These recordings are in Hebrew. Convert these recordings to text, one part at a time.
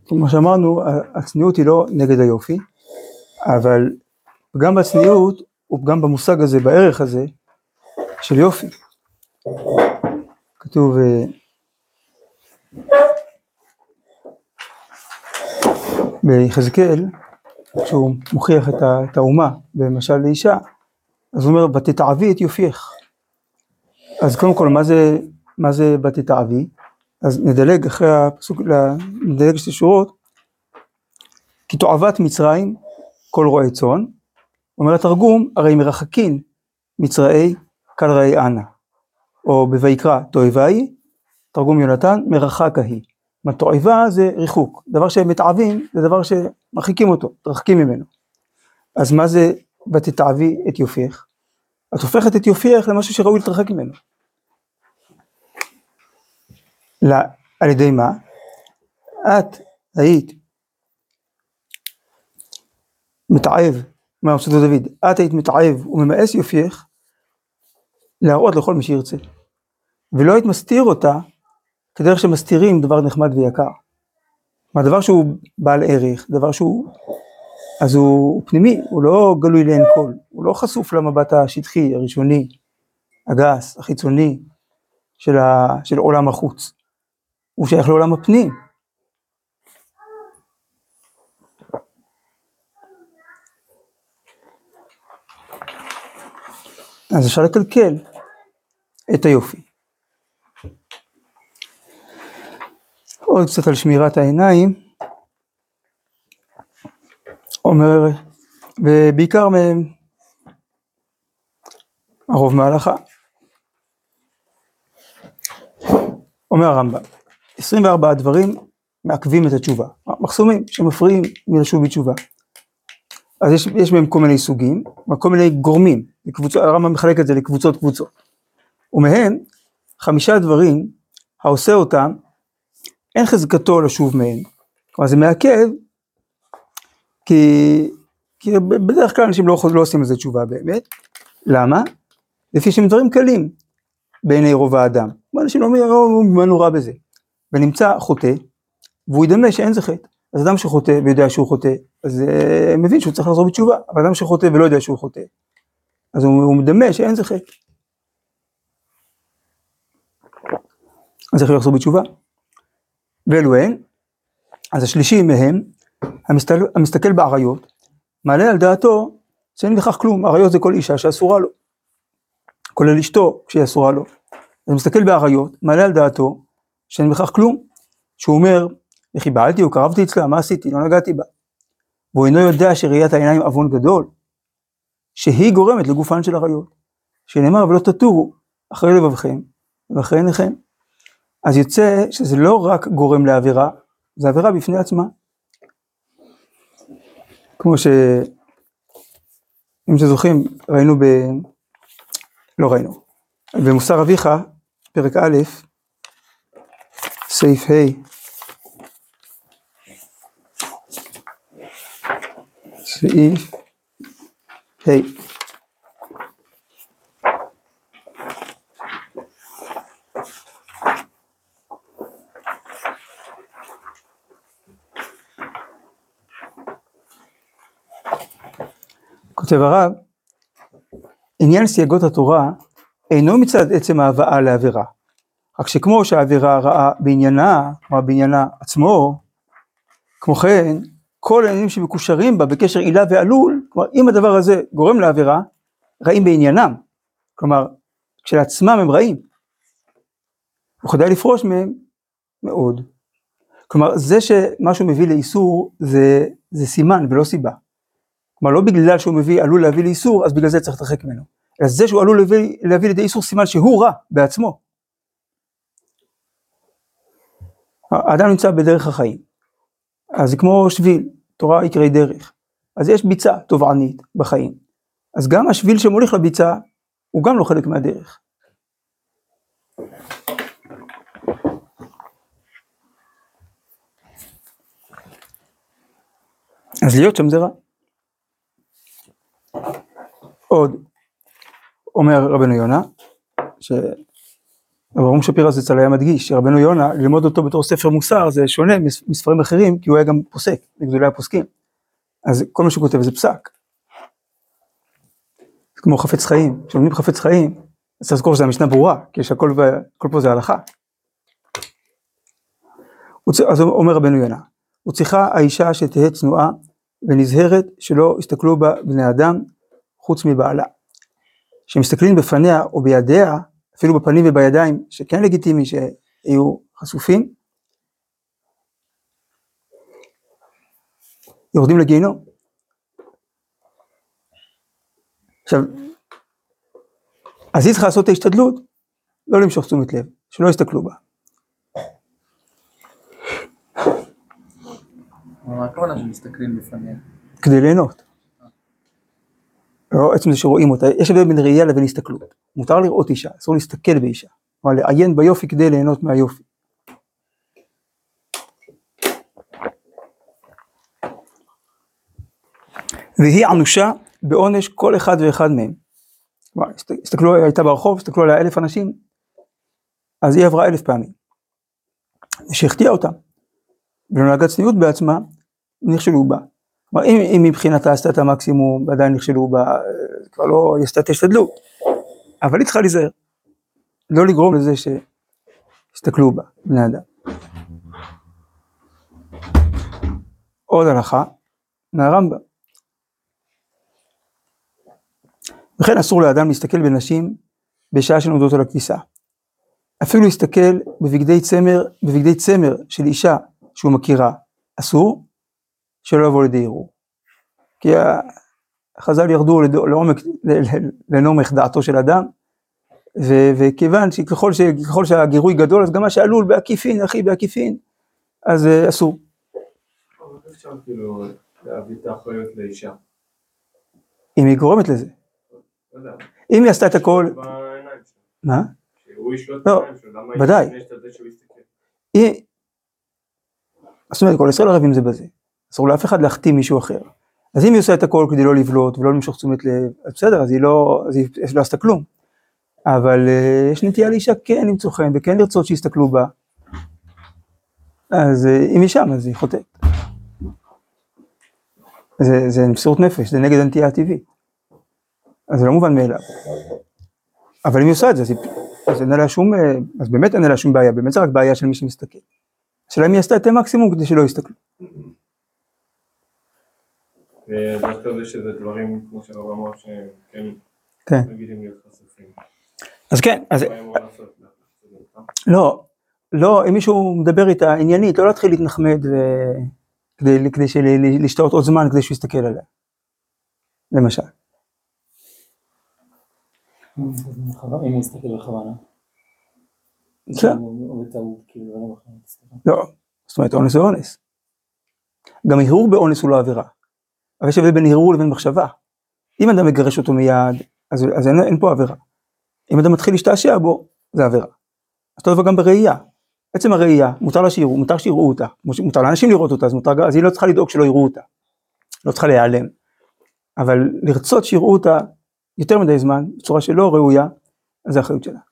כמו שאמרנו, הצניעות היא לא נגד היופי, אבל גם בצניעות, וגם במושג הזה, בערך הזה, של יופי. כתוב, ביחזקאל, כשהוא מוכיח את האומה במשל לאישה, אז הוא אומר, ותתעבי את יופייך. אז קודם כל, מה זה ותתעבי? אז נדלג אחרי הפסוק, נדלג שתי שורות, כי תועבת מצרים כל רועי צאן, אומר התרגום, הרי מרחקין מצראי כל רעי אנה, או בויקרא תועבה, תרגום יונתן, מרחקה היא. תועבה זה ריחוק, דבר שהם מתעבים, זה דבר שמרחיקים אותו, תרחקים ממנו. אז מה זה ותתעבי את יופייך? את הופכת את יופייך למשהו שראוי להתרחק ממנו. על ידי מה? את היית מתעב, מה פסוק דוד, את היית מתעב וממאס יופייך להראות לכל מי שירצה, ולא היית מסתיר אותה כדרך שמסתירים דבר נחמד ויקר. דבר שהוא בעל ערך, דבר שהוא, אז הוא פנימי, הוא לא גלוי לעין כל, הוא לא חשוף למבט השטחי, הראשוני, הגס, החיצוני של עולם החוץ, הוא שייך לעולם הפנים. אז אפשר לקלקל את היופי. עוד קצת על שמירת העיניים, אומר, ובעיקר מהם, הרוב מההלכה. אומר הרמב"ם, 24 דברים מעכבים את התשובה, מחסומים שמפריעים מלשוב בתשובה. אז יש בהם כל מיני סוגים, כל מיני גורמים, הרמב"ם מחלק את זה לקבוצות. ומהם 5 דברים, העושה אותם, אין חזקתו לשוב מהם. כלומר זה מעכב, כי בדרך כלל אנשים לא עושים לזה תשובה באמת. למה? לפי שהם דברים קלים בעיני רוב האדם. אנשים לא אומרים מה נורא בזה. ונמצא חוטא, והוא ידמה שאין זה חטא. אז אדם שחוטא ויודע שהוא חוטא, אז מבין שהוא צריך לחזור בתשובה. אבל אדם שחוטא ולא יודע שהוא חוטא, אז הוא מדמה שאין זה חטא. אז איך הוא יחזור בתשובה? ואלו הן, אז השלישי מהם, המסתכל בעריות, מעלה על דעתו שאין בכך כלום. עריות זה כל אישה שאסורה לו, כולל אשתו שהיא אסורה לו. אז מסתכל בעריות, מעלה על דעתו שאין בכך כלום, שהוא אומר, איך בעלתי או קרבתי אצלה, מה עשיתי, לא נגעתי בה. והוא אינו יודע שראיית העיניים אבון גדול, שהיא גורמת לגופן של עריות, שנאמר ולא תטורו אחרי לבבכם ואחרי עיניכם. אז יוצא שזה לא רק גורם לעבירה, זה עבירה בפני עצמה. כמו אם שזוכרים, במוסר אביך, פרק א', סעיף ה', סעיף ה'. כותב הרב, עניין סייגות התורה אינו מצד עצם ההבאה לעבירה, רק שכמו שהעבירה רעה בעניינה, כלומר בעניינה עצמו, כמו כן, כל העניינים שמקושרים בה בקשר עילה ועלול, כלומר אם הדבר הזה גורם לעבירה, רעים בעניינם, כלומר כשלעצמם הם רעים, וכדאי לפרוש מהם מאוד. כלומר זה שמשהו מביא לאיסור זה סימן ולא סיבה. כלומר לא בגלל שהוא עלול להביא לאיסור, אז בגלל זה צריך להתרחק ממנו. אז זה שהוא עלול להביא לידי איסור סימן שהוא רע בעצמו. האדם נמצא בדרך החיים. אז זה כמו שביל, תורה עיקרי דרך. אז יש ביצה תובענית בחיים. אז גם השביל שמוליך לביצה, הוא גם לא חלק מהדרך. אז להיות שם זה רע. עוד אומר רבנו יונה, אברהם שפירא זצ"ל היה מדגיש שרבנו יונה, ללמוד אותו בתור ספר מוסר זה שונה מספרים אחרים, כי הוא היה גם פוסק, מגדולי הפוסקים. אז כל מה שהוא כותב זה פסק. כמו חפץ חיים, כשלומדים חפץ חיים, אז תזכור שזה המשנה ברורה, כי הכל פה זה הלכה. אז אומר רבנו יונה, הוא צריכה האישה שתהיה צנועה ונזהרת שלא יסתכלו בה בני אדם חוץ מבעלה. שמסתכלים בפניה או בידיה, אפילו בפנים ובידיים, שכן לגיטימי שיהיו חשופים, יורדים לגיהנום. עכשיו, אז היא צריכה לעשות את ההשתדלות, לא למשוך תשומת לב, שלא יסתכלו בה. מה הכוונה שמסתכלים בפניה? כדי ליהנות. לא עצם זה שרואים אותה, יש הבדל בין ראייה לבין הסתכלות. מותר לראות אישה, אסור להסתכל באישה, אבל לעיין ביופי כדי ליהנות מהיופי. והיא ענושה בעונש כל אחד ואחד מהם. הסתכלו, הייתה ברחוב, הסתכלו עליה 1,000 אנשים, אז היא עברה 1,000 פעמים. שהחטיאה אותם, ולנהגת צניעות בעצמה, נכשלו בה. כלומר, אם מבחינתה עשתה את המקסימום, ועדיין נכשלו בה, כבר לא עשתה את ההשתדלות. אבל היא צריכה להיזהר, לא לגרום לזה שהסתכלו בה, בני אדם. עוד הלכה, מהרמב"ם. וכן אסור לאדם להסתכל בנשים בשעה שנודות על הכביסה. אפילו להסתכל בבגדי צמר של אישה שהוא מכירה, אסור שלא יבוא לידי ערעור. כי החז"ל ירדו לנומך דעתו של אדם, וכיוון שככל שהגירוי גדול, אז גם מה שעלול בעקיפין, אחי בעקיפין, אז אסור. אבל אפשר כאילו להביא את האחריות לאישה. אם היא גורמת לזה. אם היא עשתה את הכל... מה? שהוא ישלוט בעיניים שלו, למה ודאי. יש את זה שהוא יסתכל? זאת אומרת, כל ישראל ערבים זה בזה. אסור לאף אחד להחתים מישהו אחר. אז אם היא עושה את הכל כדי לא לבלוט ולא למשוך תשומת לב, אז בסדר, אז היא לא עשתה כלום. אבל יש נטייה לאישה כן למצוא חן וכן לרצות שיסתכלו בה. אז אם היא שם, אז היא חוטאת. זה מסירות נפש, זה נגד הנטייה הטבעית. אז זה לא מובן מאליו. אבל אם היא עושה את זה, אז באמת אין לה שום בעיה, באמת זה רק בעיה של מי שמסתכל. השאלה אם היא עשתה את המקסימום כדי שלא יסתכלו. ודווקא זה שזה דברים, כמו שהרב אמר, כן. נגידים להיות חשופים. אז כן, אז... מה אמור לעשות? לא, אם מישהו מדבר איתה עניינית, לא להתחיל להתנחמד כדי להשתאות עוד זמן כדי שהוא יסתכל עליה. למשל. אם הוא יסתכל בכוונה. כן. לא, זאת אומרת, אונס זה אונס. גם הרהור באונס הוא לא עבירה. אבל יש הבדל בין הרהור לבין מחשבה. אם אדם מגרש אותו מיד, אז אין פה עבירה. אם אדם מתחיל להשתעשע בו, זה עבירה. אז אותו דבר גם בראייה. בעצם הראייה, מותר שיראו אותה. מותר לאנשים לראות אותה, אז היא לא צריכה לדאוג שלא יראו אותה. לא צריכה להיעלם. אבל לרצות שיראו אותה יותר מדי זמן, בצורה שלא ראויה, אז זה האחריות שלה.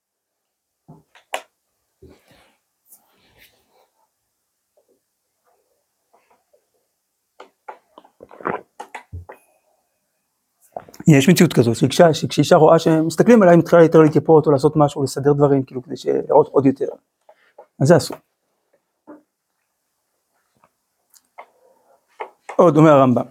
יש מציאות כזאת, שכשאישה רואה שמסתכלים עליי, מתחילה יותר להתייפות או לעשות משהו, לסדר דברים, כאילו כדי שיראות עוד יותר. אז זה אסור. עוד אומר הרמב"ם.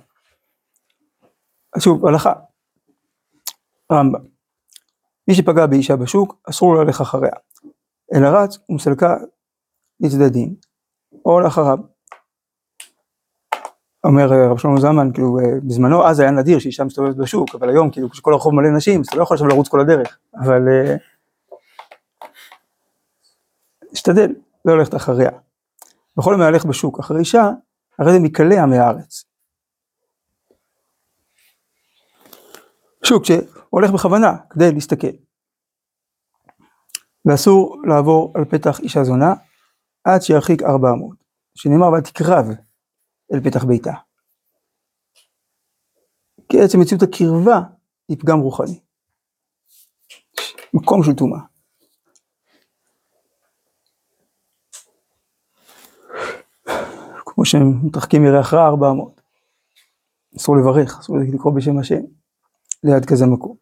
שוב, הלכה. הרמב"ם. מי שפגע באישה בשוק, אסור לו ללכת אחריה. אלא רץ ומסלקה לצדדים, או לאחריו. אומר רב שלמה זלמן, כאילו בזמנו אז היה נדיר שאישה מסתובבת בשוק, אבל היום כאילו כשכל הרחוב מלא נשים, אז אתה לא יכול עכשיו לרוץ כל הדרך, אבל השתדל, לא ללכת אחריה. בכל מהלך בשוק אחרי אישה, הרי זה מקלע מהארץ. שוק שהולך בכוונה כדי להסתכל. ואסור לעבור על פתח אישה זונה, עד שירחיק 400, שנאמר בה תקרב אל פתח ביתה. כי עצם מציאות הקרבה היא פגם רוחני. מקום של טומאה. או שהם מתרחקים מריח רע 400. אסור לברך, אסור לקרוא בשם השם, ליד כזה מקום.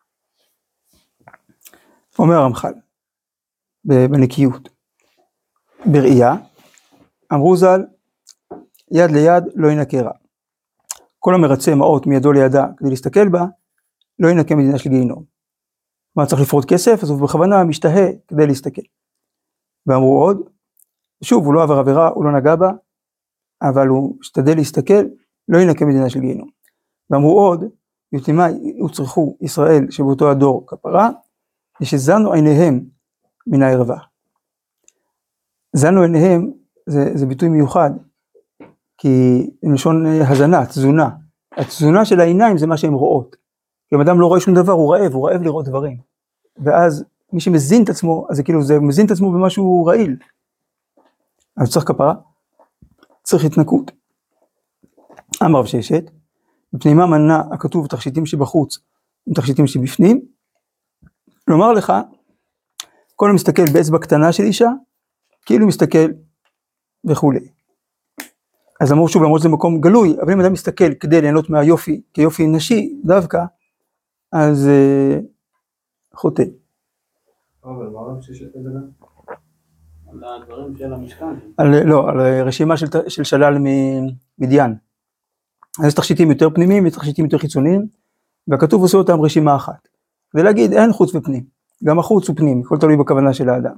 אומר הרמח"ל, בנקיות, בראייה, אמרו ז"ל, יד ליד לא ינקה רע. כל המרצה מעות מידו לידה כדי להסתכל בה, לא ינקה מדינה של גיהינום. מה צריך לפרוט כסף, אז הוא בכוונה משתהה כדי להסתכל. ואמרו עוד, שוב, הוא לא עבר עבירה, הוא לא נגע בה, אבל הוא השתדל להסתכל, לא ינקה מדינה של גיהינום. ואמרו עוד, יותמה וצריכו ישראל שבאותו הדור כפרה, ושזנו עיניהם מן הערווה. זנו עיניהם זה ביטוי מיוחד, כי עם לשון הזנה, תזונה. התזונה של העיניים זה מה שהן רואות. כי אם אדם לא רואה שום דבר, הוא רעב לראות דברים. ואז מי שמזין את עצמו, אז זה כאילו זה מזין את עצמו במשהו רעיל. אז צריך כפרה, צריך התנקות. אמר רב ששת, בפנימה מנה הכתוב תכשיטים שבחוץ, עם תכשיטים שבפנים, לומר לך, כל המסתכל באצבע קטנה של אישה, כאילו מסתכל וכולי. אז אמרו שוב, למרות שזה מקום גלוי, אבל אם אדם מסתכל כדי ליהנות מהיופי, כיופי נשי דווקא, אז חוטא. אבל מה רב ששת מדבר? על הדברים של המשכן. לא, על רשימה של שלל מדיין. אז יש תכשיטים יותר פנימיים, יש תכשיטים יותר חיצוניים, והכתוב עושה אותם רשימה אחת. כדי להגיד, אין חוץ ופנים, גם החוץ ופנים, כל תלוי בכוונה של האדם.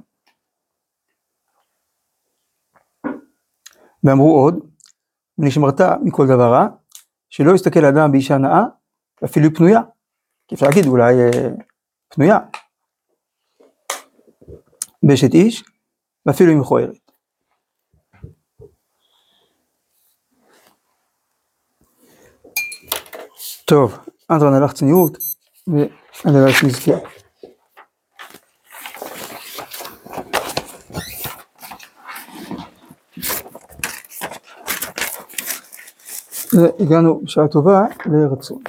ואמרו עוד, ונשמרת מכל דבר רע, שלא יסתכל האדם באישה נאה, אפילו פנויה. כי אפשר להגיד אולי פנויה. באשת איש, ואפילו היא מכוערת. טוב, אנדרן הלך צניעות, והדבר שנזכיר. והגענו בשעה טובה לרצון.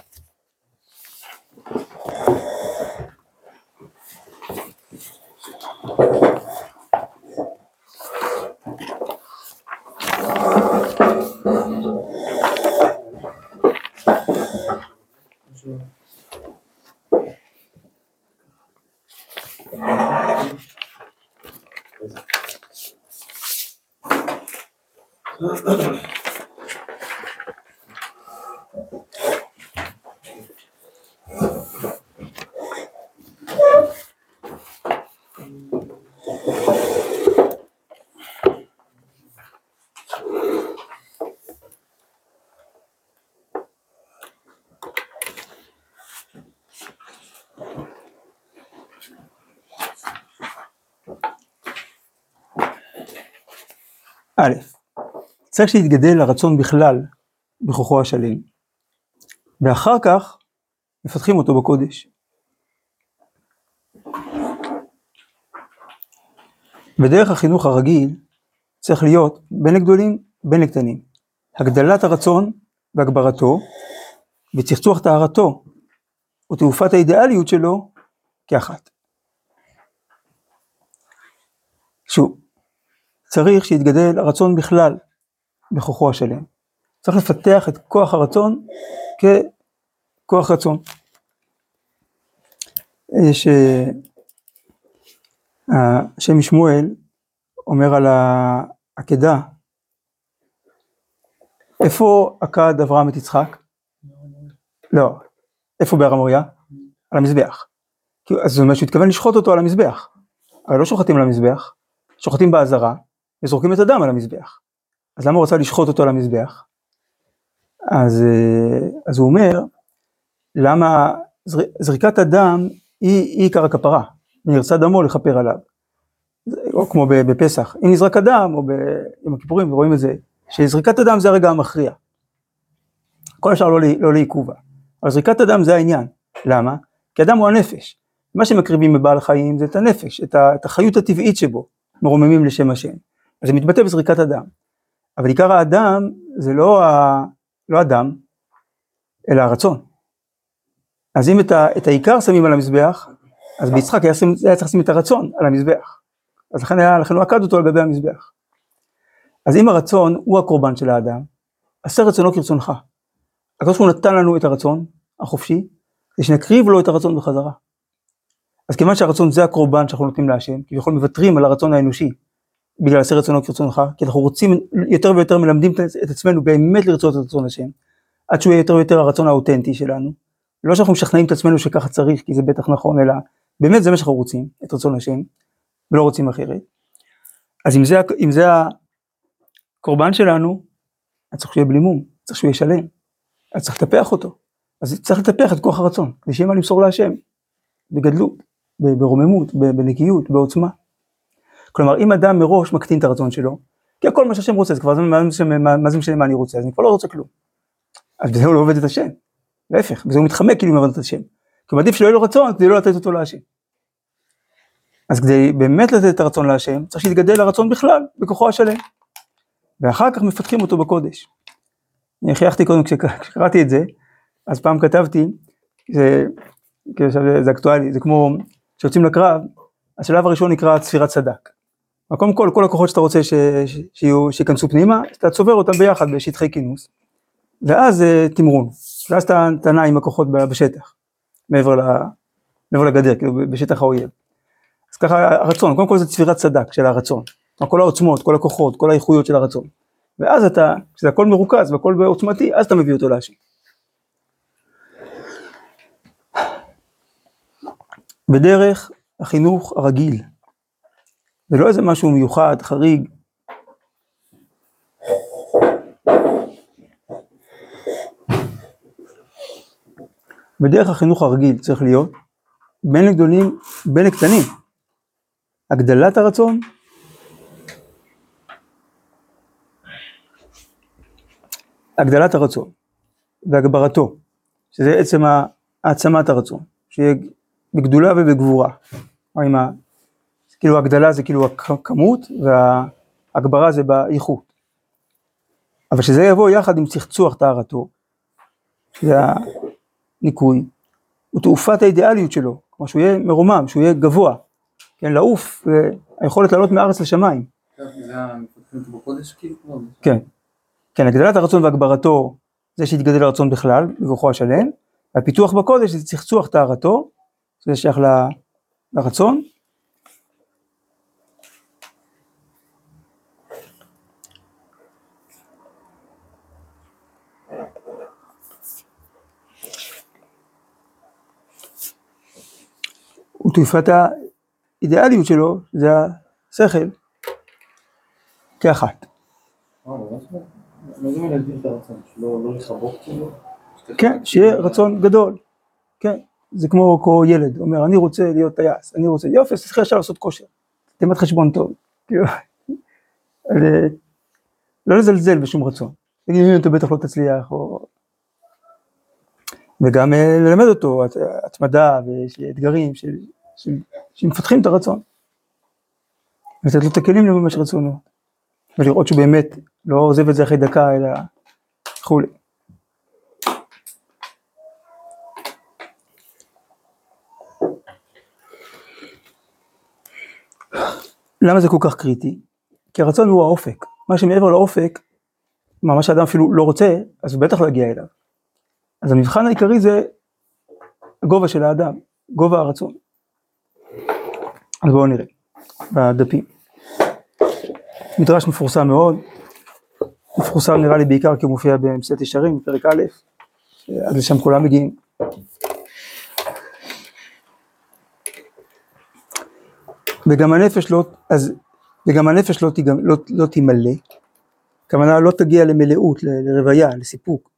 א', צריך שיתגדל הרצון בכלל בכוחו השלם, ואחר כך מפתחים אותו בקודש. בדרך החינוך הרגיל צריך להיות בין לגדולים בין לקטנים, הגדלת הרצון והגברתו, וצחצוח טהרתו ותעופת האידיאליות שלו כאחת. שוב, צריך שיתגדל הרצון בכלל בכוחו השלם. צריך לפתח את כוח הרצון ככוח רצון. יש השם שמואל אומר על העקדה, איפה עקד אברהם את יצחק? לא. איפה בהר המוריה? על המזבח. אז זאת אומרת שהוא התכוון לשחוט אותו על המזבח. אבל לא שוחטים על המזבח, שוחטים בעזרה, וזורקים את הדם על המזבח. אז למה הוא רצה לשחוט אותו על המזבח? אז הוא אומר, למה זריקת הדם היא עיקר הכפרה, ונרצה דמו לכפר עליו. או כמו בפסח, אם נזרק הדם, או ביום הכיפורים, ורואים את זה, שזריקת הדם זה הרגע המכריע. כל השאר לא לעיכובה. אבל זריקת הדם זה העניין. למה? כי הדם הוא הנפש. מה שמקריבים בבעל חיים זה את הנפש, את החיות הטבעית שבו, מרוממים לשם השם. אז זה מתבטא בזריקת הדם. אבל עיקר האדם זה לא הדם, אלא הרצון. אז אם את העיקר שמים על המזבח, אז ביצחק היה צריך לשים את הרצון על המזבח. אז לכן הוא עקד אותו על גבי המזבח. אז אם הרצון הוא הקורבן של האדם, עשה רצונו כרצונך. הקדוש ברוך הוא נתן לנו את הרצון החופשי, כדי שנקריב לו את הרצון בחזרה. אז כיוון שהרצון זה הקורבן שאנחנו נותנים להשם, כביכול מוותרים על הרצון האנושי, בגלל עשה רצונו כרצונך, כי אנחנו רוצים יותר ויותר מלמדים את עצמנו באמת לרצות את רצון השם, עד שהוא יהיה יותר ויותר הרצון האותנטי שלנו, לא שאנחנו משכנעים את עצמנו שככה צריך, כי זה בטח נכון, אלא באמת זה מה שאנחנו רוצים, את רצון השם, ולא רוצים אחרת. אז אם זה הקורבן שלנו, אז צריך שיהיה בלי מום, צריך שהוא יהיה שלם, אז צריך לטפח אותו, אז צריך לטפח את כוח הרצון, כדי שיהיה מה למסור להשם, בגדלות, ברוממות, בנקיות, בעוצמה. כלומר, אם אדם מראש מקטין את הרצון שלו, כי הכל מה שהשם רוצה, זה כבר מה זה משנה מה אני רוצה, אז אני כבר לא רוצה כלום. אז בזה הוא לא עובד את השם, להפך, בזה הוא מתחמק כאילו מעבודת השם. כי הוא מעדיף שלא יהיה לו רצון, כדי לא לתת אותו להשם. אז כדי באמת לתת את הרצון להשם, צריך שיתגדל הרצון בכלל, בכוחו השלם. ואחר כך מפתחים אותו בקודש. אני חייכתי קודם כשקראתי את זה, אז פעם כתבתי, זה אקטואלי, זה כמו שיוצאים לקרב, השלב הראשון נקרא צפירת סדק. קודם כל הכוחות שאתה רוצה שיכנסו פנימה, אתה צובר אותם ביחד בשטחי כינוס, ואז תמרון, ואז אתה נע עם הכוחות בשטח, מעבר לגדר, כאילו בשטח האויב. אז ככה הרצון, קודם כל זה צפירת סדק של הרצון, כל העוצמות, כל הכוחות, כל האיכויות של הרצון. ואז אתה, כשזה הכל מרוכז והכל בעוצמתי, אז אתה מביא אותו להשם. בדרך החינוך הרגיל, זה לא איזה משהו מיוחד, חריג. בדרך החינוך הרגיל צריך להיות, בין לגדולים, בין לקטנים, הגדלת הרצון, הגדלת הרצון והגברתו, שזה עצם העצמת הרצון, שיהיה בגדולה ובגבורה. כאילו הגדלה זה כאילו הכמות, והגברה זה באיכות. אבל שזה יבוא יחד עם צחצוח טהרתו, שזה הניקוי, ותעופת האידיאליות שלו, כמו שהוא יהיה מרומם, שהוא יהיה גבוה, כן, לעוף, היכולת לעלות מארץ לשמיים. זה המפתחים בקודש כאילו? כן. כן, הגדלת הרצון והגברתו, זה שהתגדל הרצון בכלל, בכוחו השלם, והפיתוח בקודש זה צחצוח טהרתו, זה שייך לרצון. ותעופת האידיאליות שלו, זה השכל, כאחת. מה זה מלהגדיל את הרצון? שלא לחבוק כאילו? כן, שיהיה רצון גדול. כן, זה כמו ילד, אומר, אני רוצה להיות טייס, אני רוצה, יופי, אז צריך ישר לעשות כושר. תמת חשבון טוב. לא לזלזל בשום רצון. תגיד, אתה בטח לא תצליח, וגם ללמד אותו, התמדה ואתגרים שמפתחים את הרצון. לתת לו את הכלים לממש רצונו. ולראות שהוא באמת לא עוזב את זה אחרי דקה, אלא וכולי. למה זה כל כך קריטי? כי הרצון הוא האופק. מה שמעבר לאופק, מה שאדם אפילו לא רוצה, אז הוא בטח לא יגיע אליו. אז המבחן העיקרי זה הגובה של האדם, גובה הרצון. אז בואו נראה, בדפים. מדרש מפורסם מאוד, מפורסם נראה לי בעיקר כי הוא מופיע במסילת ישרים, פרק א', עד לשם כולם מגיעים. וגם הנפש לא תמלא, כמובן לא תגיע למלאות, לרוויה, לסיפוק.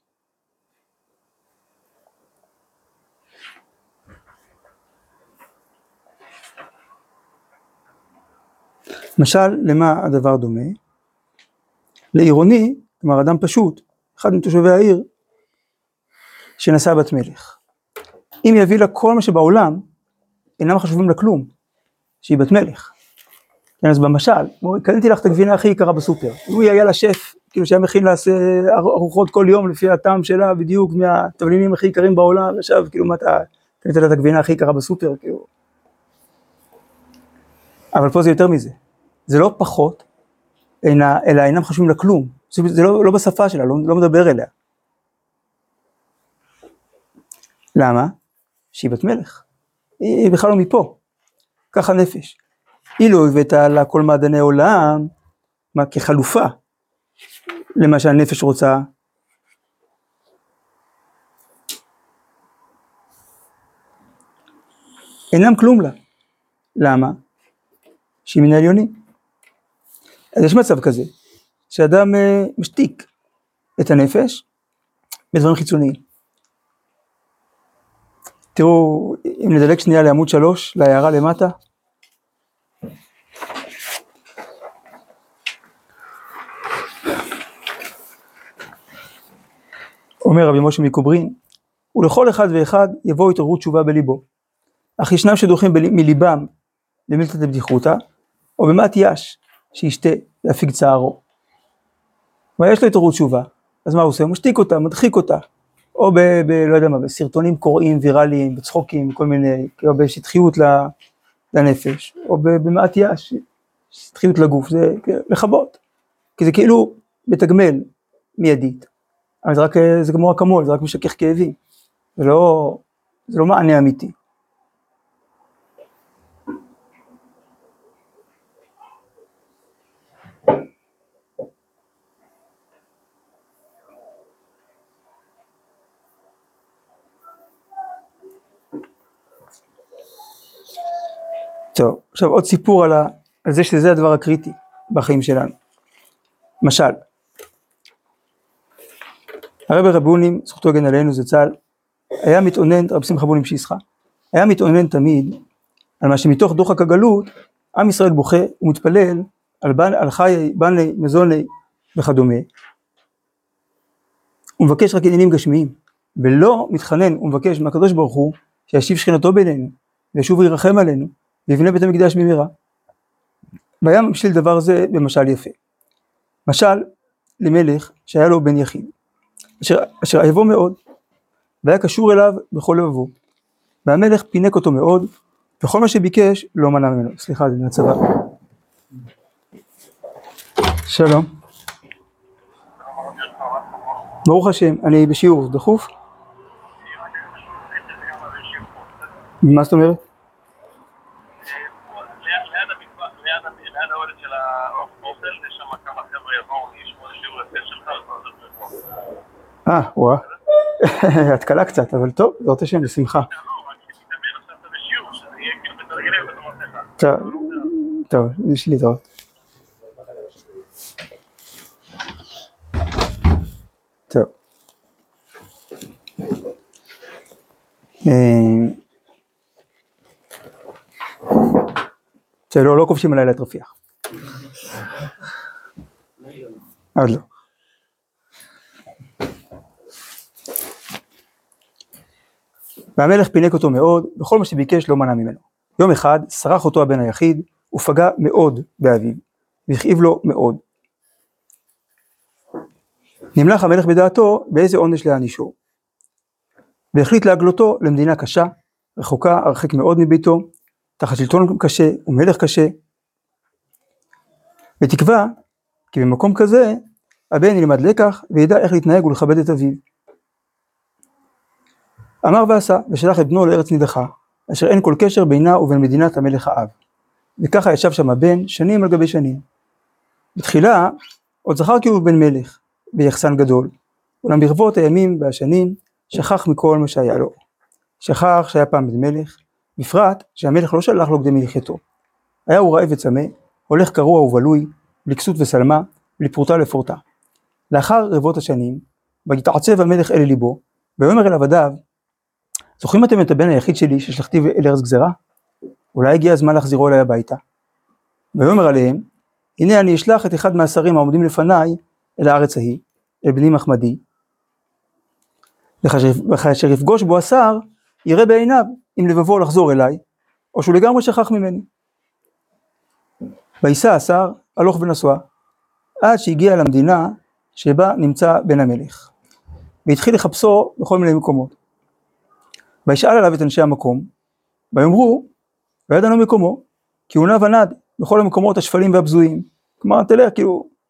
משל, למה הדבר דומה? לעירוני, כלומר אדם פשוט, אחד מתושבי העיר, שנשא בת מלך. אם יביא לה כל מה שבעולם, אינם חשובים לה כלום, שהיא בת מלך. כן, אז במשל, קניתי לך את הגבינה הכי יקרה בסופר. אם הוא היה לה שף, כאילו שהיה מכין לה ארוחות כל יום לפי הטעם שלה, בדיוק מהתבלינים הכי יקרים בעולם, עכשיו כאילו מה אתה, קנית לה את הגבינה הכי יקרה בסופר, כאילו. אבל פה זה יותר מזה. זה לא פחות אלא אינם חשובים לה כלום, זה לא בשפה שלה, לא מדבר אליה. למה? שהיא בת מלך, היא בכלל לא מפה, ככה נפש. אילו הבאת לה כל מעדני עולם, כחלופה למה שהנפש רוצה, אינם כלום לה. למה? שהיא מן העליונים. אז יש מצב כזה, שאדם משתיק את הנפש בדברים חיצוניים. תראו, אם נדלק שנייה לעמוד 3, להערה למטה. אומר רבי משה מקוברין, ולכל אחד ואחד יבוא התעוררות תשובה בליבו. אך ישנם שדוחים מליבם במילתא דבדיחותא, או במעט יש, שישתה להפיג צערו. ויש לו התעוררות תשובה, אז מה הוא עושה? הוא משתיק אותה, מדחיק אותה, או לא יודע מה, בסרטונים קוראים ויראליים, בצחוקים, כל מיני, או בשטחיות לנפש, או במעט יש, שטחיות לגוף, זה לחבות, כי זה כאילו מתגמל מיידית, אבל זה כמו אקמול, זה רק משכך כאבים, זה לא מענה אמיתי. טוב, עכשיו עוד סיפור על זה שזה הדבר הקריטי בחיים שלנו. משל, הרב רבונים, זכותו הגן עלינו זצ"ל, היה מתאונן, רב שמחה בונים שיסחה, היה מתאונן תמיד על מה שמתוך דוחק הגלות, עם ישראל בוכה ומתפלל על חיי, בני, מזוני וכדומה, הוא מבקש רק עניינים גשמיים, ולא מתחנן ומבקש מהקדוש ברוך הוא שישיב שכינתו בינינו, וישוב וירחם עלינו, ויבנה בית המקדש במהרה. והיה ממשיל דבר זה במשל יפה. משל למלך שהיה לו בן יחיד, אשר אהבו מאוד, והיה קשור אליו בכל לבבו. והמלך פינק אותו מאוד, וכל מה שביקש לא מנע ממנו. סליחה, זה מהצבא. שלום. ברוך השם, אני בשיעור דחוף. מה זאת אומרת? וואה, התקלה קצת, אבל טוב, זאת השם, בשמחה. טוב, יש לי טוב. טוב. לא כובשים עליי להתרפיח. עד לא. והמלך פינק אותו מאוד, וכל מה שביקש לא מנע ממנו. יום אחד שרח אותו הבן היחיד, ופגע מאוד באביו, והכאיב לו מאוד. נמלך המלך בדעתו באיזה עונש להענישו, והחליט להגלותו למדינה קשה, רחוקה, הרחק מאוד מביתו, תחת שלטון קשה ומלך קשה, ותקווה כי במקום כזה הבן ילמד לקח וידע איך להתנהג ולכבד את אביו. אמר ועשה, ושלח את בנו לארץ נידחה, אשר אין כל קשר בינה ובין מדינת המלך האב. וככה ישב שם הבן שנים על גבי שנים. בתחילה עוד זכר כי הוא בן מלך ביחסן גדול, אולם ברבות הימים והשנים שכח מכל מה שהיה לו. שכח שהיה פעם בן מלך, בפרט שהמלך לא שלח לו כדי מלכתו. היה הוא רעב וצמא, הולך קרוע ובלוי, בלכסות וסלמה, ולפרוטה לפורטה. לאחר רבות השנים, ויתעצב המלך אל ליבו, ויאמר אל עבדיו, זוכרים אתם את הבן היחיד שלי ששלחתיו אל ארץ גזרה? אולי הגיע הזמן להחזירו אליי הביתה. ויאמר עליהם, הנה אני אשלח את אחד מהשרים העומדים לפניי אל הארץ ההיא, אל בני מחמדי, וכאשר יפגוש בו השר, יראה בעיניו אם לבבו לחזור אליי, או שהוא לגמרי שכח ממני. ויסע השר הלוך ונסוע, עד שהגיע למדינה שבה נמצא בן המלך, והתחיל לחפשו בכל מיני מקומות. וישאל עליו את אנשי המקום, ויאמרו, וידענו מקומו, כי הוא נע ונד בכל המקומות השפלים והבזויים. כלומר, תלך, כאילו,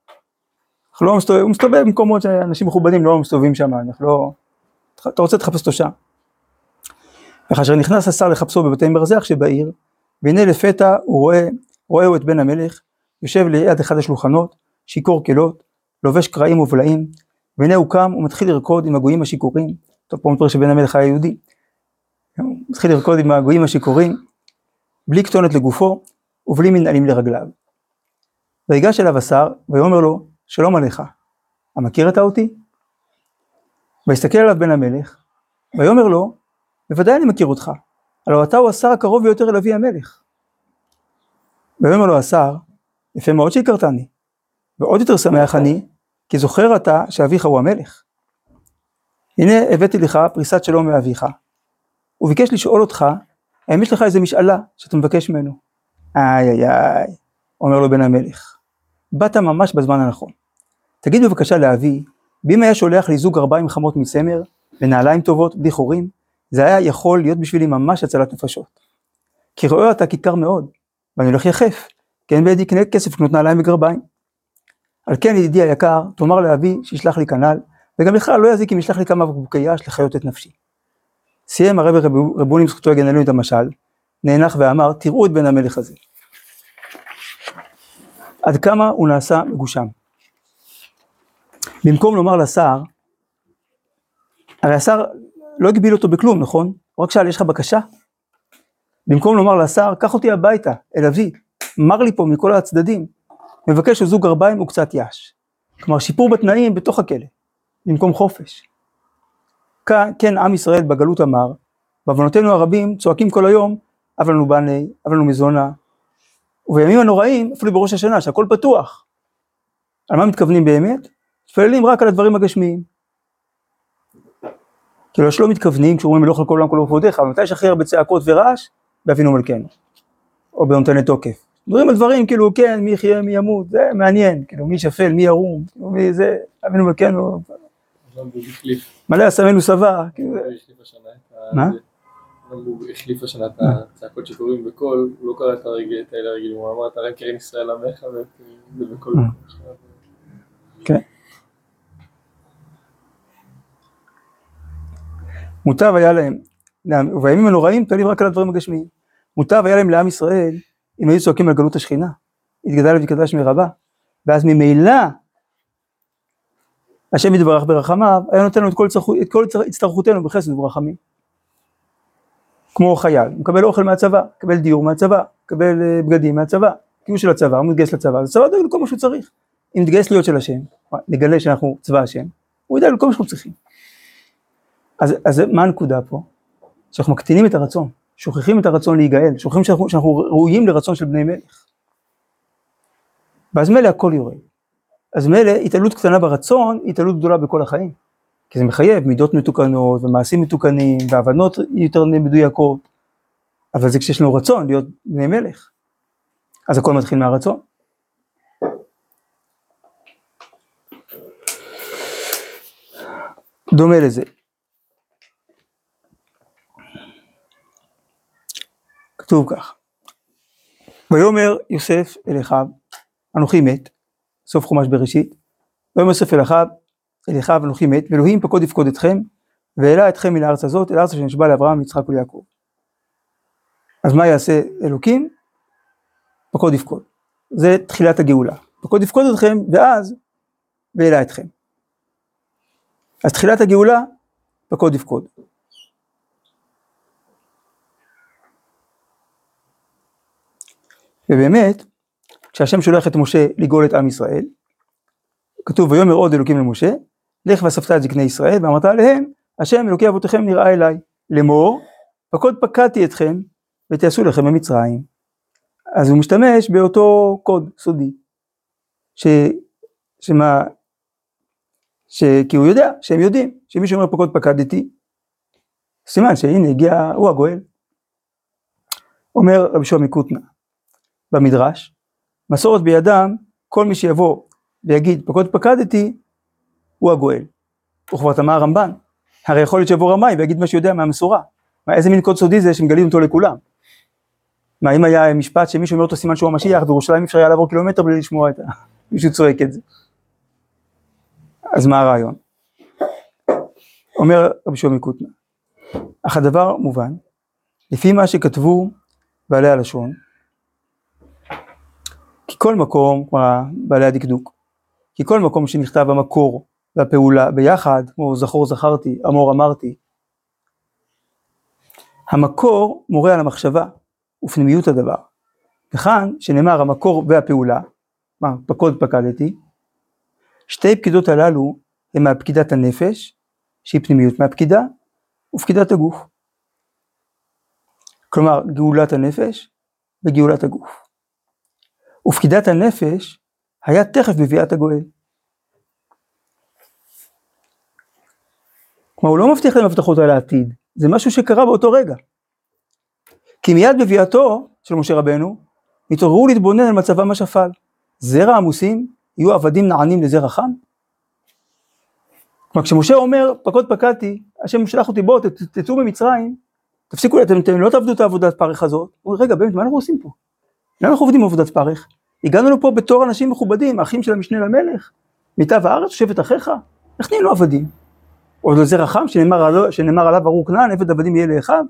הוא מסתובב במקומות שאנשים מכובדים לא מסתובבים שם, אתה רוצה לחפש אותו שם. וכאשר נכנס השר לחפשו בבתי מרזח שבעיר, והנה לפתע הוא רואה את בן המלך, יושב ליד אחד השולחנות, שיכור כלות, לובש קרעים ובלעים, והנה הוא קם ומתחיל לרקוד עם הגויים השיכורים, טוב פה מתברר שבן המלך היה יהודי, הוא מתחיל לרקוד עם הגויים השיכורים, בלי כתונת לגופו, ובלי מנעלים לרגליו. ויגש אליו השר, ויאמר לו, שלום עליך, המכיר אתה אותי? ויסתכל עליו בן המלך, ויאמר לו, בוודאי אני מכיר אותך, הלא אתה הוא השר הקרוב ביותר אל אבי המלך. ויאמר לו השר, יפה מאוד שהכרתני, ועוד יותר שמח אני, כי זוכר אתה שאביך הוא המלך. הנה הבאתי לך פריסת שלום מאביך, וביקש לשאול אותך, האם יש לך איזה משאלה שאתה מבקש ממנו? איי, אומר לו בן המלך, באת ממש בזמן הנכון. תגיד בבקשה לאבי, ואם היה שולח לי זוג 4 חמות מסמר, ונעליים טובות, בלי חורים, זה היה יכול להיות בשבילי ממש הצלת נפשות. כי רואה אתה כיכר מאוד, ואני הולך יחף, כי אין בידי כסף לקנות נעליים וגרביים. על כן ידידי היקר, תאמר לאבי שישלח לי כנל, וגם לך לא יזיק אם ישלח לי כמה בקבוקי יעש לחיות את נפשי. סיים הרב רבונים זכותו יגן עלינו את המשל, נאנח ואמר, תראו את בן המלך הזה. עד כמה הוא נעשה מגושם. במקום לומר לשר, הרי השר לא הגביל אותו בכלום, נכון? רק שאל, יש לך בקשה? במקום לומר לשר, קח אותי הביתה, אל אבי, מר לי פה מכל הצדדים, מבקש זוג 4 וקצת יעש. כלומר, שיפור בתנאים בתוך הכלא, במקום חופש. כן, עם ישראל בגלות אמר, בעוונותינו הרבים צועקים כל היום, אבל לנו בני, אבל לנו מזונה, ובימים הנוראים, אפילו בראש השנה, שהכל פתוח. על מה מתכוונים באמת? תפעלים רק על הדברים הגשמיים. כאילו, שלא מתכוונים, כשאומרים מלוך על כל עולם כל עובדיך, אבל מתי שחרר בצעקות ורעש? באבינו מלכנו. או בנותנת תוקף. דברים על דברים, כאילו, כן, מי יחיה, מי ימות, זה מעניין, כאילו, מי שפל, מי ירום, כאילו, מי זה, אבינו מלכנו. מלא עשמנו שבע. מה? הוא החליף השנה את הצעקות שקוראים בקול, הוא לא קרא את האלה הרגילים, הוא אמר, תראה קרן ישראל עמך, וזה בקול. כן. מוטב היה להם, ובימים הנוראים תעלים רק על הדברים הגשמיים, מוטב היה להם לעם ישראל, אם היו צועקים על גלות השכינה, התגדל ויקדש מרבה, ואז ממילא, השם יתברך ברחמיו, היה נותן לנו את כל הצטרכותנו בחסד וברחמים. כמו חייל, הוא מקבל אוכל מהצבא, מקבל דיור מהצבא, מקבל בגדים מהצבא, קיום של הצבא, הוא מתגייס לצבא, אז הצבא דואג לכל מה שהוא צריך. אם נתגייס להיות של השם, נגלה שאנחנו צבא השם, הוא ידע לכל מה שאנחנו צריכים. אז מה הנקודה פה? שאנחנו מקטינים את הרצון, שוכחים את הרצון להיגאל, שוכחים שאנחנו ראויים לרצון של בני מלך. ואז מלא הכל יורד. אז מלא התעלות קטנה ברצון, התעלות גדולה בכל החיים. כי זה מחייב מידות מתוקנות ומעשים מתוקנים והבנות יותר מדויקות. אבל זה כשיש לנו רצון להיות בני מלך. אז הכל מתחיל מהרצון. דומה לזה. כתוב כך. ויאמר יוסף אל אחיו, אנוכי מת, סוף חומש בראשית, ויאמר יוסף אל אחיו אנוכי מת, ואלוהים פקוד יפקוד אתכם, והעלה אתכם מן הארץ הזאת, אל הארץ שנשבע לאברהם, ליצחק וליעקב. אז מה יעשה אלוקים? פקוד יפקוד. זה תחילת הגאולה. פקוד יפקוד אתכם, ואז, והעלה אתכם. אז תחילת הגאולה, פקוד יפקוד. ובאמת, כשהשם שולח את משה לגאול את עם ישראל, כתוב, ויאמר עוד אלוקים למשה, לך ואספת את זקני ישראל, ואמרת עליהם, השם אלוקי אבותיכם נראה אליי, לאמור, פקוד פקדתי אתכם, ותעשו לכם ממצרים. אז הוא משתמש באותו קוד סודי, כי הוא יודע, שהם יודעים, שמי שאומר פקוד פקדתי, סימן שהנה הגיע, הוא הגואל. אומר רבי שועה מקוטנה, במדרש, מסורת בידם, כל מי שיבוא ויגיד פקוד פקדתי, הוא הגואל. וכבר תמה הרמב"ן, הרי יכול להיות שיבוא רמאי ויגיד מה שיודע מהמסורה. איזה מין קוד סודי זה שמגלים אותו לכולם? מה אם היה משפט שמישהו אומר אותו סימן שהוא המשיח, בירושלים אפשר היה לעבור קילומטר בלי לשמוע את מישהו צועק את זה. אז מה הרעיון? אומר רבי שלמה מקוטנה, אך הדבר מובן, לפי מה שכתבו בעלי הלשון, כי כל מקום, בעלי הדקדוק, כי כל מקום שנכתב המקור והפעולה ביחד, כמו זכור זכרתי, אמור אמרתי, המקור מורה על המחשבה ופנימיות הדבר. וכאן שנאמר המקור והפעולה, פקוד פקדתי, שתי פקידות הללו הם מהפקידת הנפש, שהיא פנימיות מהפקידה, ופקידת הגוף. כלומר, גאולת הנפש וגאולת הגוף. ופקידת הנפש היה תכף בביאת הגואל. כלומר, הוא לא מבטיח להם הבטחות על העתיד, זה משהו שקרה באותו רגע. כי מיד בביאתו של משה רבנו, התעוררו להתבונן על מצבם השפל. זרע עמוסים יהיו עבדים נענים לזרע חם. כלומר, כשמשה אומר, פקוד פקדתי, השם שלח אותי, בואו, תצאו ממצרים, תפסיקו, אתם לא תעבדו את העבודת פרך הזאת. הוא אומר, רגע, באמת, מה אנחנו עושים פה? למה אנחנו עובדים עבודת פרך? הגענו לפה בתור אנשים מכובדים, האחים של המשנה למלך, מיטב הארץ, שבט אחיך, איך נהיינו עבדים? או לזרע חם, שנאמר עליו ארור כנען, עבד עבדים יהיה לאחיו.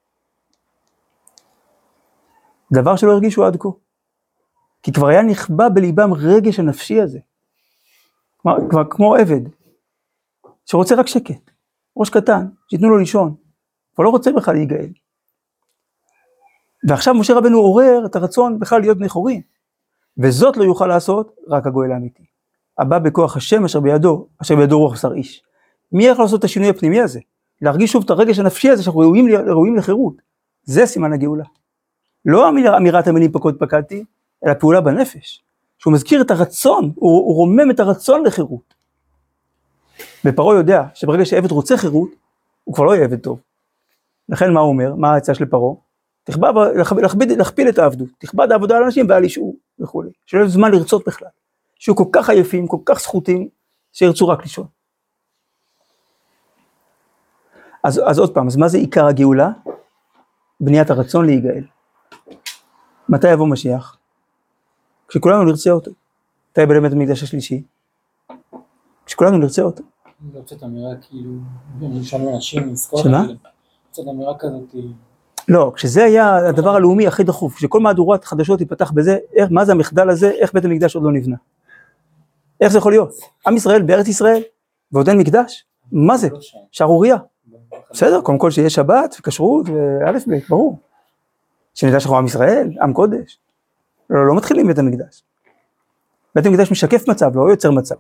דבר שלא הרגישו עד כה. כי כבר היה נכבה בליבם רגש הנפשי הזה. כבר כמו עבד, שרוצה רק שקט, ראש קטן, שיתנו לו לישון, אבל לא רוצה בכלל להיגאל. ועכשיו משה רבנו עורר את הרצון בכלל להיות בני חורין, וזאת לא יוכל לעשות רק הגואל האמיתי. הבא בכוח השם אשר בידו רוח בשר איש. מי יכול לעשות את השינוי הפנימי הזה? להרגיש שוב את הרגש הנפשי הזה שאנחנו ראויים לחירות. זה סימן הגאולה. לא אמירת המילים פקוד פקדתי, אלא פעולה בנפש. שהוא מזכיר את הרצון, הוא רומם את הרצון לחירות. ופרעה יודע שברגע שעבד רוצה חירות, הוא כבר לא יהיה עבד טוב. לכן מה הוא אומר? מה העצה של פרעה? להכפיל את העבדות, תכבד העבודה על אנשים ואל ישעו וכו'. שלא יהיה זמן לרצות בכלל. שיהיו כל כך עייפים, כל כך זכותים, שירצו רק לישון. אז עוד פעם, אז מה זה עיקר הגאולה? בניית הרצון להיגאל. מתי יבוא משיח? כשכולנו נרצה אותו. מתי באמת המקדש השלישי? כשכולנו נרצה אותו. לא קצת אמירה כאילו, נשאלנו אנשים לזכור. שמה? קצת אמירה כזאת. לא, כשזה היה הדבר הלאומי הכי דחוף, כשכל מהדורת חדשות ייפתח בזה, מה זה המחדל הזה, איך בית המקדש עוד לא נבנה? איך זה יכול להיות? עם ישראל בארץ ישראל, ועוד אין מקדש? מה זה? שערוריה. בסדר, קודם כל שיש שבת, כשרות ואלף בית, ברור. שנדע שאנחנו עם ישראל, עם קודש. לא מתחילים בית המקדש. בית המקדש משקף מצב, לא יוצר מצב.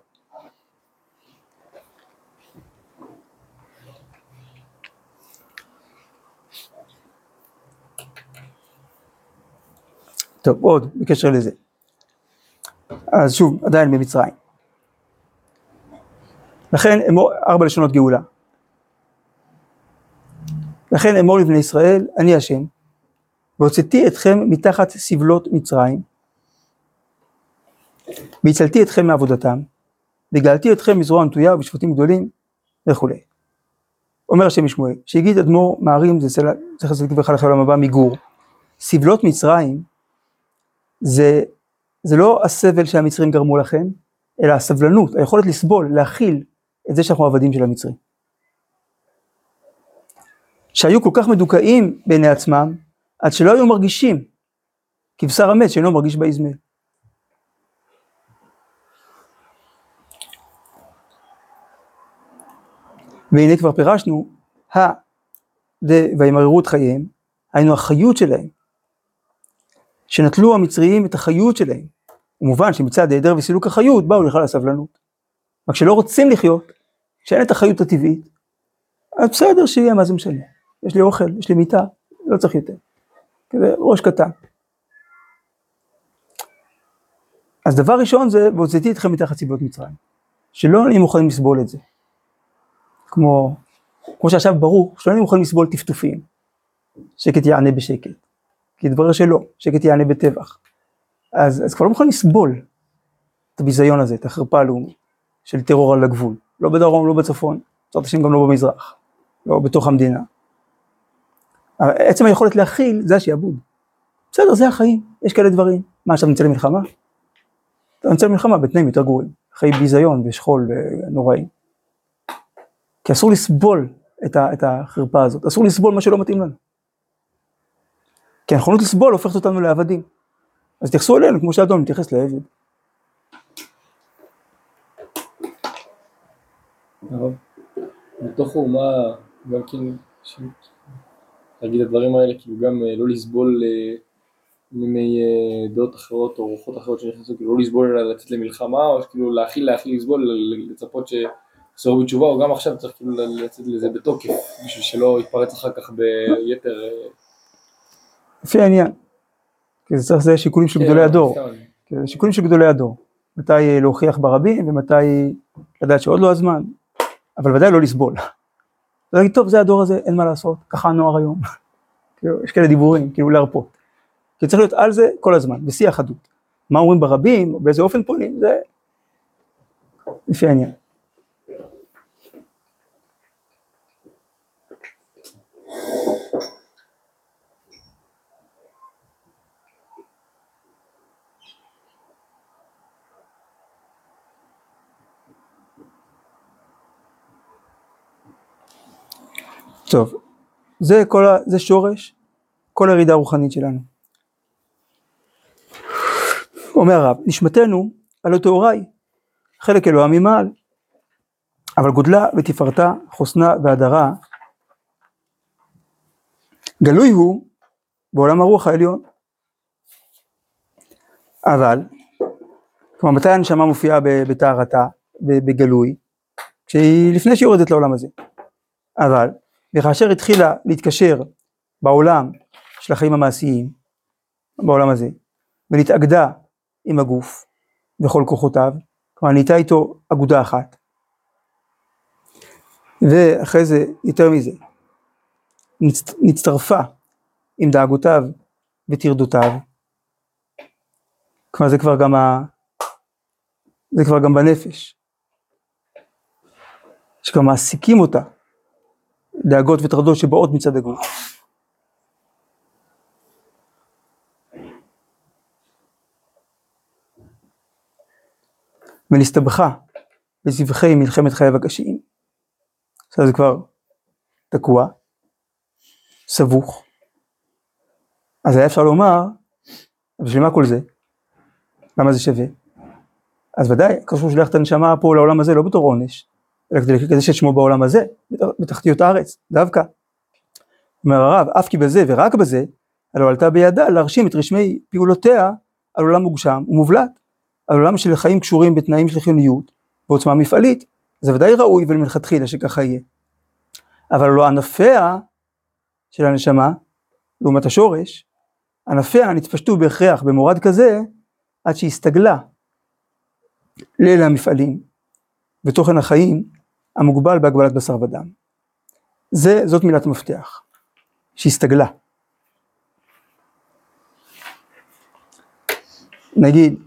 טוב, עוד בקשר לזה. אז שוב, עדיין במצרים. לכן, 4 לשונות גאולה. לכן אמור לבני ישראל, אני השם, והוצאתי אתכם מתחת סבלות מצרים, והצלתי אתכם מעבודתם, וגאלתי אתכם מזרוע נטויה ובשפטים גדולים, וכו'. אומר השם משמואל, שהגיד אדמו"ר מערים, זכר צדיק לברכה לעולם הבא, מגור. סבלות מצרים, זה לא הסבל שהמצרים גרמו לכם, אלא הסבלנות, היכולת לסבול, להכיל את זה שאנחנו עבדים של המצרים. שהיו כל כך מדוכאים בעיני עצמם, עד שלא היו מרגישים, כבשר המת שאינו מרגיש באזמל. והנה כבר פירשנו, וימררו את חייהם, היינו החיות שלהם, שנטלו המצריים את החיות שלהם. ומובן שמצד היעדר וסילוק החיות, באו לכלל הסבלנות. רק שלא רוצים לחיות, שאין את החיות הטבעית, אז בסדר שיהיה, מה זה משנה? יש לי אוכל, יש לי מיטה, לא צריך יותר. כזה ראש קטן. אז דבר ראשון זה, והוצאתי אתכם מתחת סבלות מצרים. שלא נהיה מוכנים לסבול את זה. כמו שעכשיו ברור, שלא נהיה מוכנים לסבול טפטופים. שקט יענה בשקט. כי התברר שלא, שקט יענה בטבח. אז כבר לא מוכנים לסבול את הביזיון הזה, את החרפה הלאומית של טרור על הגבול. לא בדרום, לא בצפון, זאת השם גם לא במזרח, לא בתוך המדינה. עצם היכולת להכיל זה השיעבוד. בסדר, זה החיים, יש כאלה דברים. מה עכשיו נצא למלחמה? נצא למלחמה בתנאים יותר גרועים. חיי ביזיון ושכול ונוראי. כי אסור לסבול את החרפה הזאת, אסור לסבול מה שלא מתאים לנו. כי הנכונות לסבול הופכת אותנו לעבדים. אז תייחסו אלינו, כמו שאדון מתייחס לעבד. הרב, בתוך האומה, גם כן, להגיד את הדברים האלה, כאילו גם לא לסבול מיני דעות אחרות או רוחות אחרות שנכנסו, כאילו לא לסבול אלא לצאת למלחמה, או כאילו להכיל לסבול, לצפות שחזור בתשובה, או גם עכשיו צריך כאילו לצאת לזה בתוקף, בשביל שלא יתפרץ אחר כך ביתר... לפי העניין, כי זה שיקולים של גדולי הדור, זה שיקולים של גדולי הדור, מתי להוכיח ברבים ומתי לדעת שעוד לא הזמן, אבל ודאי לא לסבול. להגיד, טוב, זה הדור הזה, אין מה לעשות, ככה הנוער היום. יש כאלה דיבורים, כאילו להרפות. כי צריך להיות על זה כל הזמן, בשיא החדות. מה אומרים ברבים, או באיזה אופן פונים, זה לפי העניין. טוב, זה שורש כל הירידה הרוחנית שלנו. אומר הרב, נשמתנו הלא טהורה היא, חלק אלוה ממעל, אבל גודלה ותפארתה, חוסנה והדרה, גלוי הוא בעולם הרוח העליון. אבל, כלומר מתי הנשמה מופיעה בטהרתה, בגלוי, לפני שהיא יורדת לעולם הזה. אבל, וכאשר התחילה להתקשר בעולם של החיים המעשיים, בעולם הזה, ולהתאגדה עם הגוף וכל כוחותיו, כלומר נהייתה איתו אגודה אחת, ואחרי זה יותר מזה, נצטרפה עם דאגותיו וטרדותיו, כלומר זה כבר גם בנפש, שכבר מעסיקים אותה, דאגות וטרדות שבאות מצד הגוף. ונסתבכה בסבכי מלחמת חייו הקשים. עכשיו זה כבר תקוע, סבוך. אז היה אפשר לומר, בשביל מה כל זה? למה זה שווה? אז ודאי, כשהוא שלח את הנשמה פה לעולם הזה לא בתור עונש, אלא כדי לקדש את שמו בעולם הזה, בתחתיות הארץ, דווקא. אומר הרב, אף כי בזה ורק בזה, הלא עלתה בידה להרשים את רשמי פעולותיה על עולם מוגשם ומובלט, על עולם של חיים קשורים בתנאים של חיוניות, בעוצמה מפעלית, זה ודאי ראוי ולמלכתחילה שככה יהיה. אבל לא ענפיה של הנשמה, לעומת השורש, ענפיה נתפשטו בהכרח במורד כזה, עד שהסתגלה לאלה המפעלים, ותוכן החיים המוגבל בהגבלת בשר ודם. זאת מילת המפתח, שהסתגלה. נגיד,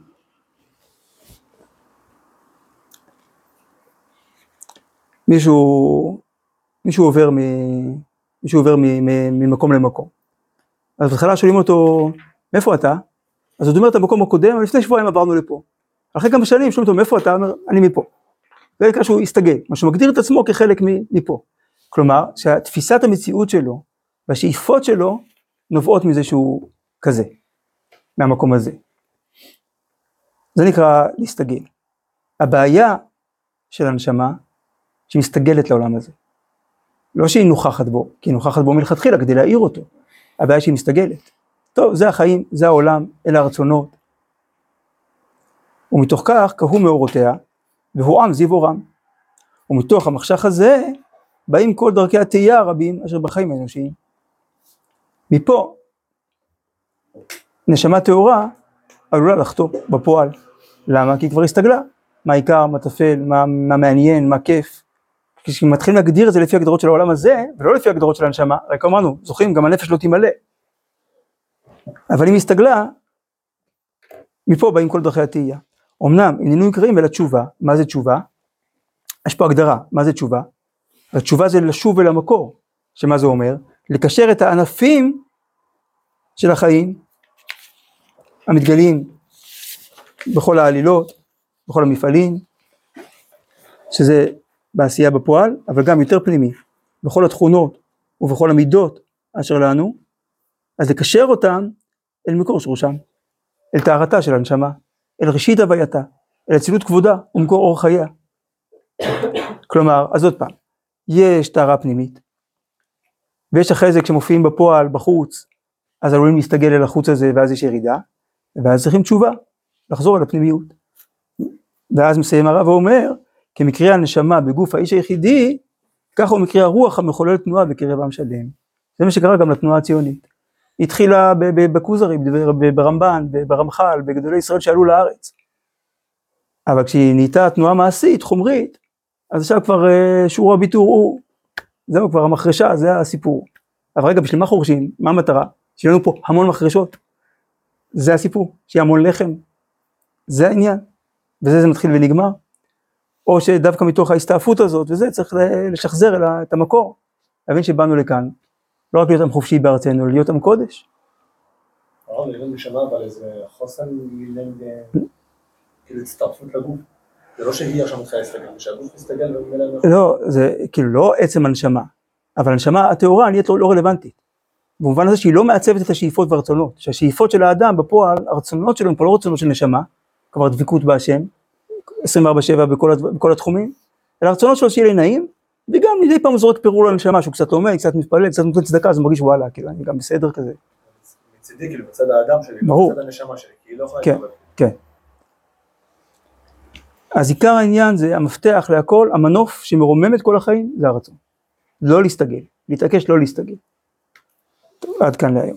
מישהו עובר ממקום למקום. אז בהתחלה שואלים אותו, מאיפה אתה? אז הוא אומר את המקום הקודם, אבל לפני שבועיים עברנו לפה. אחרי כמה שנים שואלים אותו, מאיפה אתה? אומר, אני מפה. זה נקרא שהוא הסתגל, מה שמגדיר את עצמו כחלק מפה. כלומר, שהתפיסת המציאות שלו, והשאיפות שלו, נובעות מזה שהוא כזה, מהמקום הזה. זה נקרא להסתגל. הבעיה של הנשמה, שהיא מסתגלת לעולם הזה. לא שהיא נוכחת בו, כי היא נוכחת בו מלכתחילה כדי להעיר אותו. הבעיה שהיא מסתגלת. טוב, זה החיים, זה העולם, אלה הרצונות. ומתוך כך, קהו מאורותיה, והוא עם זיו אורם. ומתוך המחשך הזה, באים כל דרכי התהייה הרבים, אשר בחיים האנושיים. מפה, נשמה טהורה, עלולה לחטוא בפועל. למה? כי היא כבר הסתגלה. מה העיקר, מה טפל, מה מעניין, מה כיף. כשמתחילים להגדיר את זה לפי הגדרות של העולם הזה, ולא לפי הגדרות של הנשמה, רק אמרנו, זוכרים, גם הנפש לא תמלא. אבל אם הסתגלה, מפה באים כל דרכי התהייה. אמנם, איננו יקרים אלא תשובה. מה זה תשובה? יש פה הגדרה, מה זה תשובה? התשובה זה לשוב אל המקור, שמה זה אומר? לקשר את הענפים של החיים, המתגלים בכל העלילות, בכל המפעלים, שזה בעשייה בפועל, אבל גם יותר פנימי, בכל התכונות ובכל המידות אשר לנו, אז לקשר אותם אל מקור שורשם, אל טהרתה של הנשמה, אל ראשית הווייתה, אל אצילות כבודה ומקור אור חייה. כלומר, אז עוד פעם, יש טהרה פנימית, ויש אחרי זה כשמופיעים בפועל, בחוץ, אז עלולים להסתגל אל החוץ הזה, ואז יש ירידה, ואז צריכים תשובה, לחזור אל הפנימיות. ואז מסיים הרב ואומר, כמקרה הנשמה בגוף האיש היחידי, ככה הוא מקרה הרוח המחולל תנועה בקרב עם שלם. זה מה שקרה גם לתנועה הציונית. היא התחילה בכוזרי, ברמב"ן, ברמח"ל, בגדולי ישראל שעלו לארץ. אבל כשהיא נהייתה תנועה מעשית, חומרית, אז עכשיו כבר שיעור הביטור הוא, זהו כבר המחרשה, זה הסיפור. אבל רגע, בשביל מה חורשים? מה המטרה? שיהיה לנו פה המון מחרשות. זה הסיפור, שיהיה המון לחם. זה העניין. וזה זה מתחיל ונגמר. או שדווקא מתוך ההסתעפות הזאת, וזה צריך לשחזר את המקור. להבין שבאנו לכאן, לא רק להיות עם חופשי בארצנו, להיות עם קודש. זה נשמה, אבל איזה חוסן מילן, כאילו הצטרפות לגוף. זה לא שהיא עכשיו מתחילה להסתגל, שהגוף מסתגל ומילן... לא, זה כאילו לא עצם הנשמה, אבל הנשמה הטהורה נהיית לא רלוונטית. במובן הזה שהיא לא מעצבת את השאיפות והרצונות, שהשאיפות של האדם בפועל, הרצונות שלו הם פה לא רצונות של נשמה, כבר דבקות בהשם, 24/7 בכל התחומים, אלא הרצונות שלו שיהיה לי נעים, וגם מדי פעם הוא זורק פירור לנשמה, שהוא קצת לומד, קצת מתפלל, קצת נותן צדקה, אז הוא מרגיש וואלה, כאילו אני גם בסדר כזה. מצידי, כאילו בצד האדם שלי, ברור. בצד הנשמה שלי, כי היא לא יכולה כן, להתקבל. כן. אז עיקר העניין זה המפתח להכל, המנוף שמרומם את כל החיים, זה הרצון. לא להסתגל, להתעקש לא להסתגל. טוב, עד כאן להיום.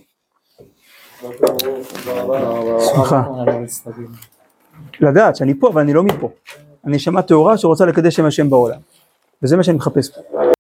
שמחה. לדעת שאני פה, אבל אני לא מפה. אני נשמה טהורה שרוצה לקדש שם השם בעולם. וזה מה שאני מחפש פה.